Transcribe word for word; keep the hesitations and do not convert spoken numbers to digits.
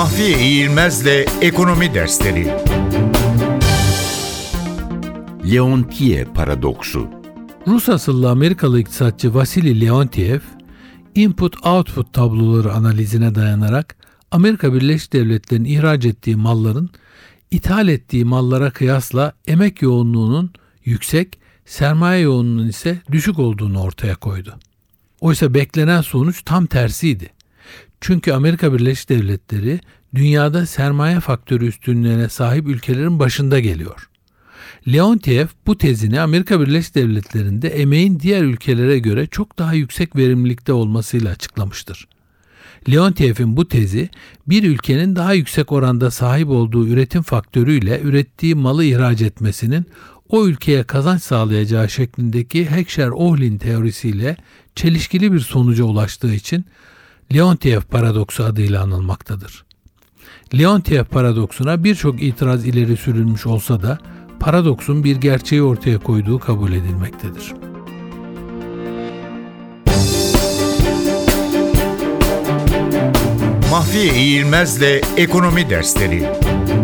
Mahfiye İğilmez'le Ekonomi Dersleri Leontief Paradoksu. Rus asıllı Amerikalı iktisatçı Vasily Leontief, input-output tabloları analizine dayanarak Amerika Birleşik Devletleri'nin ihraç ettiği malların ithal ettiği mallara kıyasla emek yoğunluğunun yüksek, sermaye yoğunluğunun ise düşük olduğunu ortaya koydu. Oysa beklenen sonuç tam tersiydi. Çünkü Amerika Birleşik Devletleri dünyada sermaye faktörü üstünlüğüne sahip ülkelerin başında geliyor. Leontief bu tezini Amerika Birleşik Devletleri'nde emeğin diğer ülkelere göre çok daha yüksek verimlilikte olmasıyla açıklamıştır. Leontief'in bu tezi bir ülkenin daha yüksek oranda sahip olduğu üretim faktörüyle ürettiği malı ihraç etmesinin o ülkeye kazanç sağlayacağı şeklindeki Heckscher-Ohlin teorisiyle çelişkili bir sonuca ulaştığı için Leontief paradoksu adıyla anılmaktadır. Leontief paradoksuna birçok itiraz ileri sürülmüş olsa da paradoksun bir gerçeği ortaya koyduğu kabul edilmektedir. Mahfiye İğilmez'le Ekonomi Dersleri